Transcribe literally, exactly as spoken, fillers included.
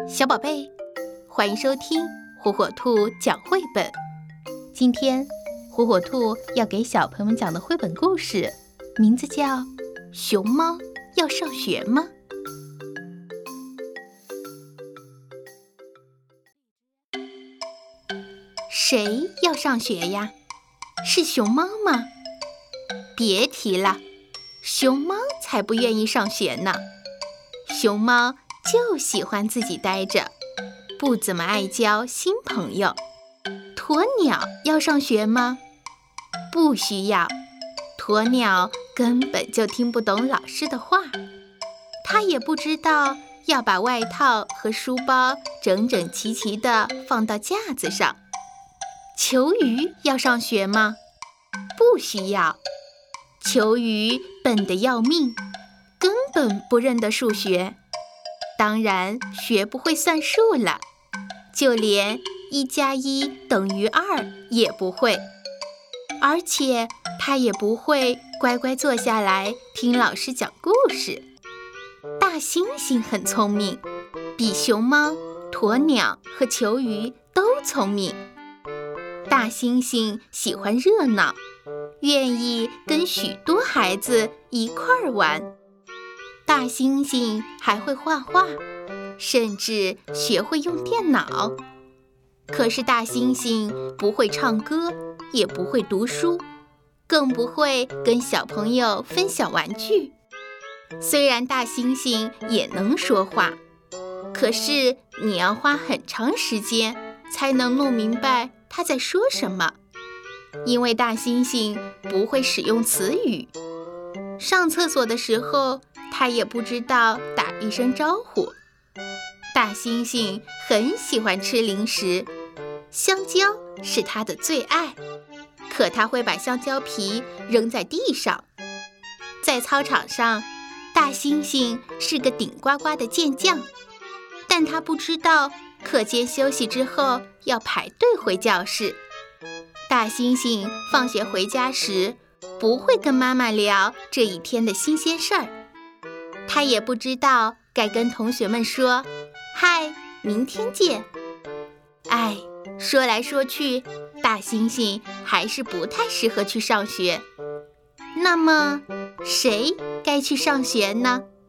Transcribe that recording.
小宝贝，欢迎收听火火兔讲绘本。今天火火兔要给小朋友们讲的绘本故事名字叫《熊猫要上学吗》。谁要上学呀？是熊猫吗？别提了，熊猫才不愿意上学呢。熊猫就喜欢自己待着，不怎么爱交新朋友。鸵鸟要上学吗？不需要，鸵鸟根本就听不懂老师的话，它也不知道要把外套和书包整整齐齐地放到架子上。球鱼要上学吗？不需要，球鱼笨得要命，根本不认得数学，当然学不会算数了，就连一加一等于二也不会，而且他也不会乖乖坐下来听老师讲故事。大猩猩很聪明，比熊猫、鸵鸟和球鱼都聪明。大猩猩喜欢热闹，愿意跟许多孩子一块儿玩。大猩猩还会画画，甚至学会用电脑。可是大猩猩不会唱歌，也不会读书，更不会跟小朋友分享玩具。虽然大猩猩也能说话，可是你要花很长时间才能弄明白他在说什么，因为大猩猩不会使用词语。上厕所的时候，他也不知道打一声招呼。大猩猩很喜欢吃零食，香蕉是他的最爱，可他会把香蕉皮扔在地上。在操场上，大猩猩是个顶呱呱的健将，但他不知道课间休息之后要排队回教室。大猩猩放学回家时，不会跟妈妈聊这一天的新鲜事儿，他也不知道该跟同学们说嗨，明天见。哎，说来说去，大猩猩还是不太适合去上学。那么谁该去上学呢？